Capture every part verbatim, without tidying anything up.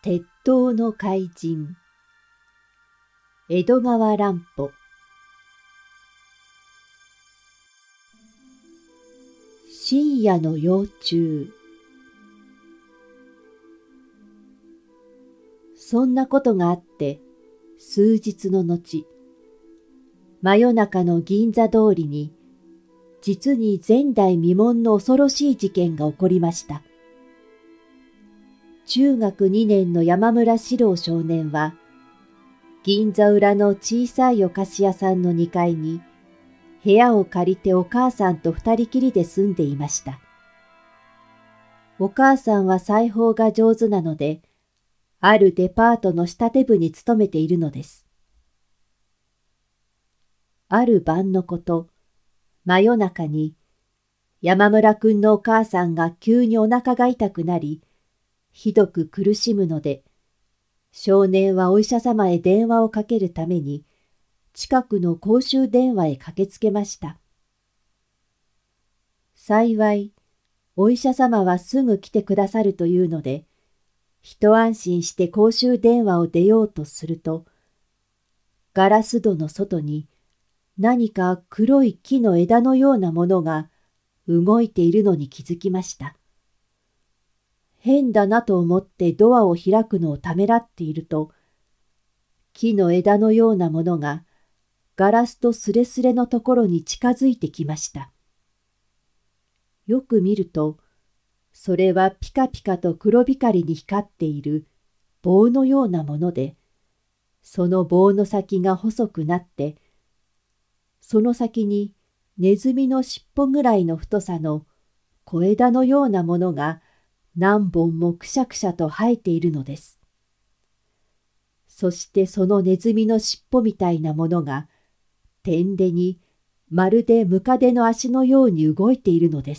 鉄塔の怪人。江戸川乱歩。深夜の幼虫。そんなことがあって数日の後、真夜中の銀座通りに実に前代未聞の恐ろしい事件が起こりました。中学にねんの山村四郎少年は、銀座裏の小さいお菓子屋さんのにかいに部屋を借りてお母さんと二人きりで住んでいました。お母さんは裁縫が上手なので、あるデパートの仕立て部に勤めているのです。ある晩のこと、真夜中に山村くんのお母さんが急にお腹が痛くなり、ひどく苦しむので、少年はお医者様へ電話をかけるために、近くの公衆電話へ駆けつけました。幸い、お医者様はすぐ来てくださるというので、一安心して公衆電話を出ようとすると、ガラス戸の外に何か黒い木の枝のようなものが動いているのに気づきました。変だなと思ってドアを開くのをためらっていると、木の枝のようなものがガラスとスレスレのところに近づいてきました。よく見ると、それはピカピカと黒光りに光っている棒のようなもので、その棒の先が細くなって、その先にネズミの尻尾ぐらいの太さの小枝のようなものが何本もくしゃくしゃと生えているのです。そしてそのネズミの尻尾みたいなものが天でにまるでムカデの足のように動いているのです。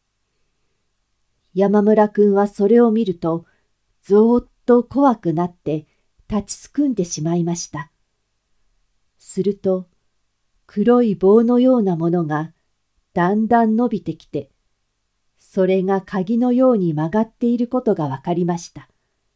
山村くんはそれを見るとぞーっと怖くなって立ちすくんでしまいました。すると黒い棒のようなものがだんだん伸びてきて、それが鍵のように曲がっていることがわかりました。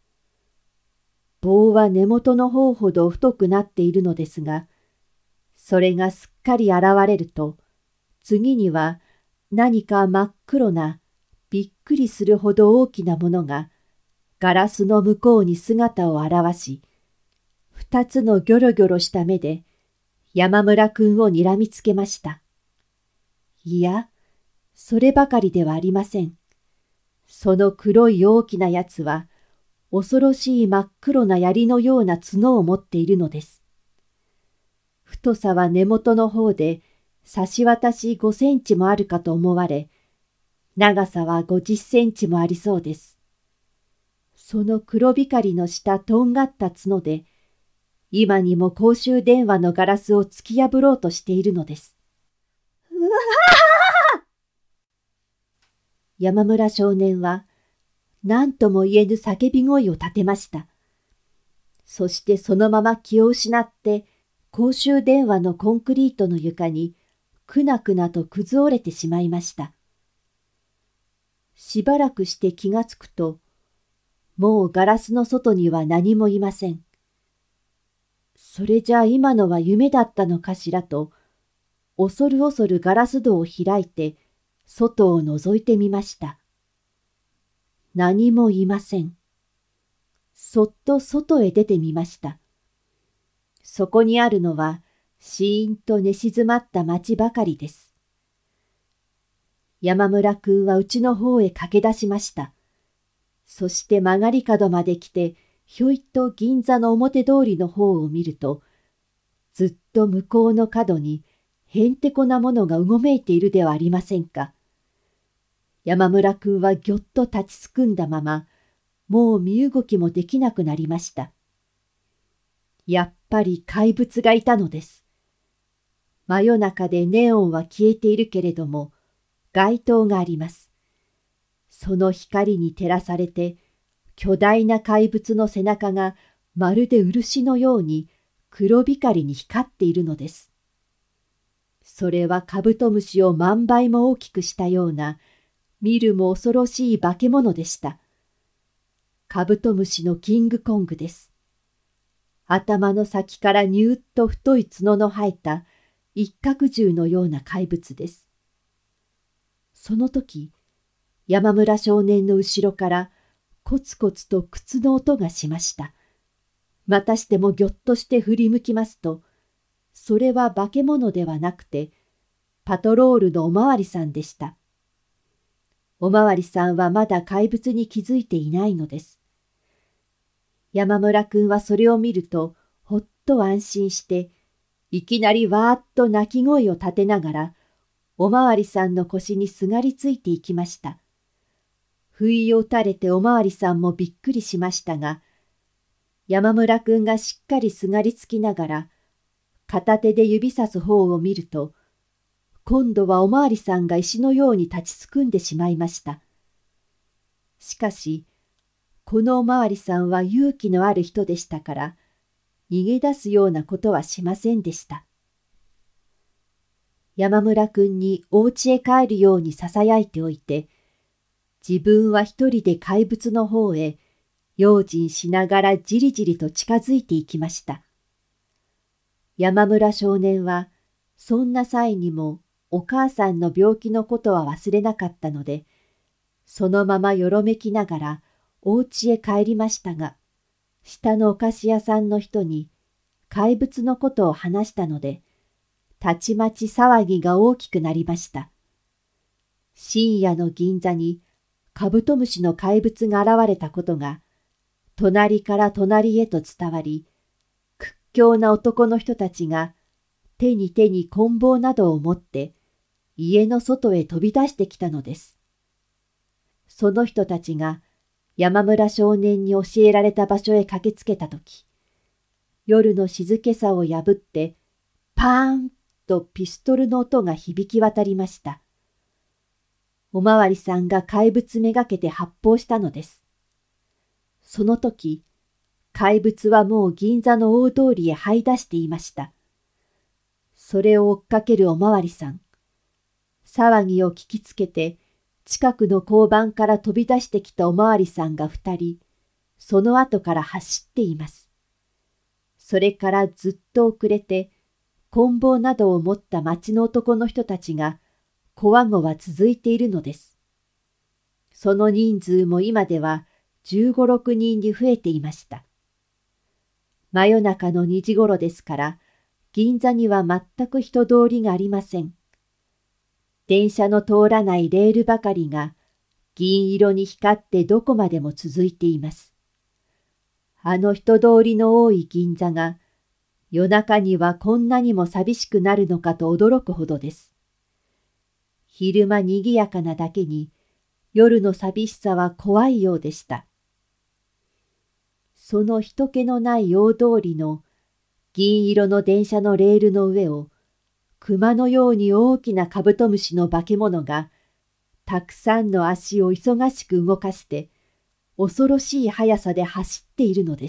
棒は根元の方ほど太くなっているのですが、それがすっかり現れると、次には何か真っ黒なびっくりするほど大きなものがガラスの向こうに姿を現し、二つのギョロギョロした目で山村くんをにらみつけました。いや、そればかりではありません。その黒い大きなやつは、恐ろしい真っ黒な槍のような角を持っているのです。太さは根元の方で差し渡しごセンチもあるかと思われ、長さはごじゅっセンチもありそうです。その黒光りのしたとんがった角で、今にも公衆電話のガラスを突き破ろうとしているのです。うわあ！山村少年は何とも言えぬ叫び声を立てました。そしてそのまま気を失って公衆電話のコンクリートの床にくなくなと崩折れてしまいました。しばらくして気がつくと、もうガラスの外には何もいません。それじゃあ今のは夢だったのかしらと、恐る恐るガラス戸を開いて外を覗いてみました。何もいません。そっと外へ出てみました。そこにあるのはシーンと寝静まった街ばかりです。山村くんはうちの方へ駆け出しました。そして曲がり角まで来て、ひょいと銀座の表通りの方を見ると、ずっと向こうの角にへんてこなものがうごめいているではありませんか。山村くんはぎょっと立ちすくんだまま、もう身動きもできなくなりました。やっぱり怪物がいたのです。真夜中でネオンは消えているけれども、街灯があります。その光に照らされて、巨大な怪物の背中がまるで漆のように黒光りに光っているのです。それはカブトムシを万倍も大きくしたような、見るも恐ろしい化け物でした。 カブトムシのキングコングです。頭の先からニューッと太い角の生えた一角獣のような怪物です。その時、山村少年の後ろからコツコツと靴の音がしました。またしてもぎょっとして振り向きますと、それは化け物ではなくて、パトロールのおまわりさんでした。おまわりさんはまだ怪物に気づいていないのです。山村くんはそれを見ると、ほっと安心して、いきなりわーっと鳴き声を立てながら、おまわりさんの腰にすがりついていきました。不意を打たれておまわりさんもびっくりしましたが、山村くんがしっかりすがりつきながら、片手で指さす方を見ると、今度はおまわりさんが石のように立ちすくんでしまいました。しかし、このおまわりさんは勇気のある人でしたから、逃げ出すようなことはしませんでした。山村くんにお家へ帰るようにささやいておいて、自分は一人で怪物の方へ用心しながらじりじりと近づいていきました。山村少年は、そんな際にもお母さんの病気のことは忘れなかったので、そのままよろめきながらお家へ帰りましたが、下のお菓子屋さんの人に怪物のことを話したので、たちまち騒ぎが大きくなりました。深夜の銀座にカブトムシの怪物が現れたことが、隣から隣へと伝わり、屈強な男の人たちが手に手に棍棒などを持って家の外へ飛び出してきたのです。その人たちが山村少年に教えられた場所へ駆けつけたとき、夜の静けさを破ってパーンとピストルの音が響き渡りました。おまわりさんが怪物めがけて発砲したのです。その時、怪物はもう銀座の大通りへ這い出していました。それを追っかけるおまわりさん。騒ぎを聞きつけて、近くの交番から飛び出してきたおまわりさんが二人、その後から走っています。それからずっと遅れて、棍棒などを持った町の男の人たちが、こわごわ続いているのです。その人数も今では十五六人に増えていました。真夜中の二時ごろですから、銀座には全く人通りがありません。電車の通らないレールばかりが銀色に光ってどこまでも続いています。あの人通りの多い銀座が夜中にはこんなにも寂しくなるのかと驚くほどです。昼間にぎやかなだけに夜の寂しさは怖いようでした。その人気のない大通りの銀色の電車のレールの上を熊のように大きなカブトムシの化け物がたくさんの足を忙しく動かして恐ろしい速さで走っているのです。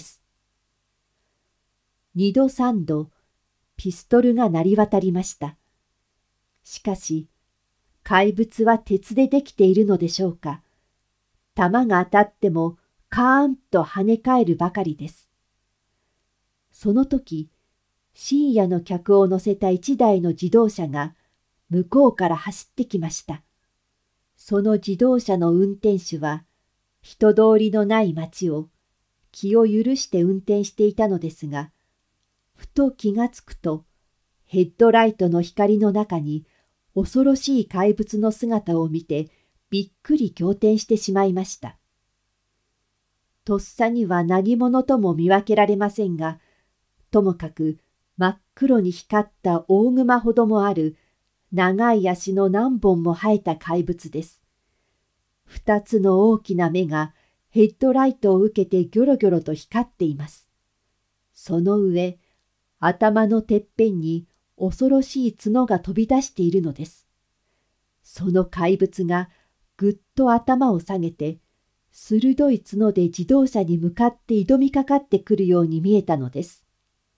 二度三度ピストルが鳴り渡りました。しかし怪物は鉄でできているのでしょうか。弾が当たってもカーンと跳ね返るばかりです。その時、深夜の客を乗せた一台の自動車が向こうから走ってきました。その自動車の運転手は人通りのない街を気を許して運転していたのですが、ふと気がつくとヘッドライトの光の中に恐ろしい怪物の姿を見てびっくり仰天してしまいました。とっさには何者とも見分けられませんが、ともかく真っ黒に光った大熊ほどもある長い足の何本も生えた怪物です。二つの大きな目がヘッドライトを受けてギョロギョロと光っています。その上、頭のてっぺんに恐ろしい角が飛び出しているのです。その怪物がぐっと頭を下げて、鋭い角で自動車に向かって挑みかかってくるように見えたのです。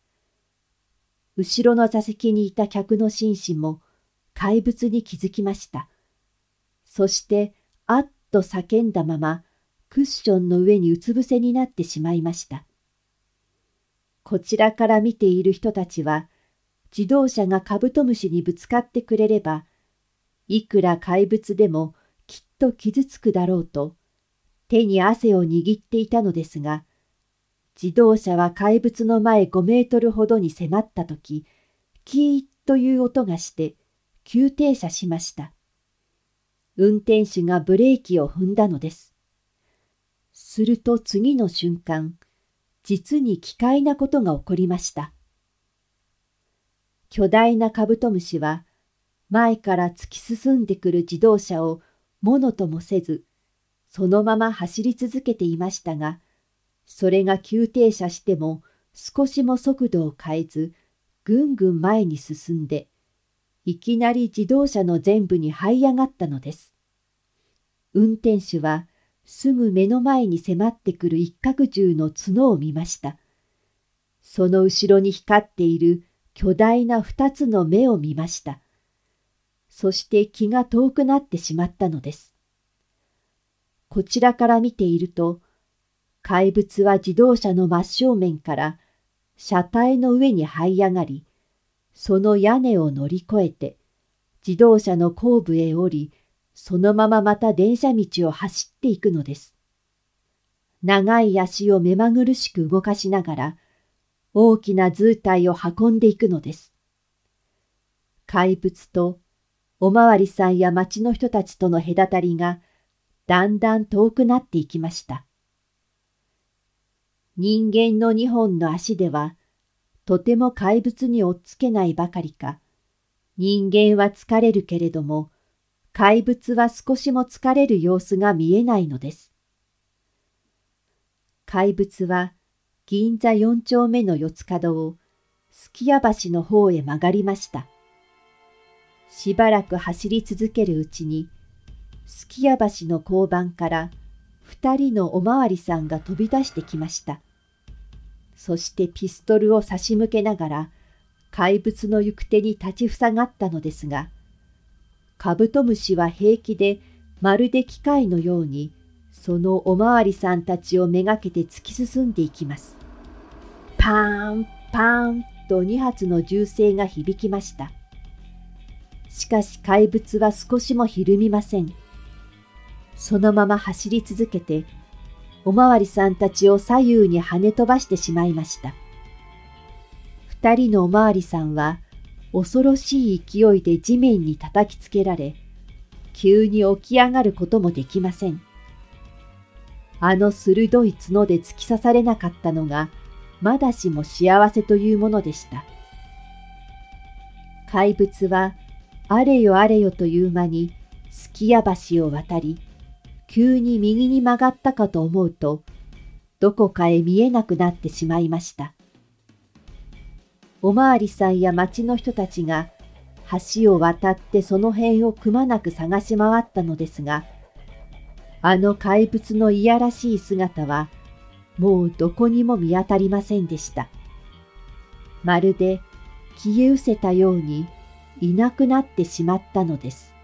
後ろの座席にいた客の紳士も怪物に気づきました。そして、あっと叫んだまま、 クッションの上にうつ伏せになってしまいました。こちらから見ている人たちは、自動車がカブトムシにぶつかってくれれば、いくら怪物でもきっと傷つくだろうと、手に汗を握っていたのですが、自動車は怪物の前ごメートルほどに迫ったとき、キーッという音がして急停車しました。運転手がブレーキを踏んだのです。すると次の瞬間、実に奇怪なことが起こりました。巨大なカブトムシは、前から突き進んでくる自動車をものともせず、そのまま走り続けていましたが、それが急停車しても少しも速度を変えず、ぐんぐん前に進んで、いきなり自動車の前部に這い上がったのです。運転手はすぐ目の前に迫ってくる一角銃の角を見ました。その後ろに光っている巨大な二つの目を見ました。そして気が遠くなってしまったのです。こちらから見ていると、怪物は自動車の真正面から車体の上に這い上がり、その屋根を乗り越えて、自動車の後部へ降り、そのまままた電車道を走っていくのです。長い足を目まぐるしく動かしながら、大きな図体を運んでいくのです。怪物とおまわりさんや町の人たちとの隔たりがだんだん遠くなっていきました。人間の二本の足ではとても怪物に追っつけないばかりか、人間は疲れるけれども、怪物は少しも疲れる様子が見えないのです。怪物は銀座四丁目の四つ角をすきや橋の方へ曲がりました。しばらく走り続けるうちに、すきや橋の交番から二人のおまわりさんが飛び出してきました。そしてピストルを差し向けながら怪物の行く手に立ちふさがったのですが、カブトムシは平気でまるで機械のようにそのおまわりさんたちをめがけて突き進んでいきます。パーンパーンと二発の銃声が響きました。しかし怪物は少しもひるみません。そのまま走り続けて、おまわりさんたちを左右に跳ね飛ばしてしまいました。二人のおまわりさんは恐ろしい勢いで地面に叩きつけられ、急に起き上がることもできません。あの鋭い角で突き刺されなかったのが、まだしも幸せというものでした。怪物は、あれよあれよという間に、すきや橋を渡り、急に右に曲がったかと思うと、どこかへ見えなくなってしまいました。おまわりさんや町の人たちが、橋を渡ってその辺をくまなく探し回ったのですが、あの怪物のいやらしい姿は、もうどこにも見当たりませんでした。まるで消え失せたようにいなくなってしまったのです。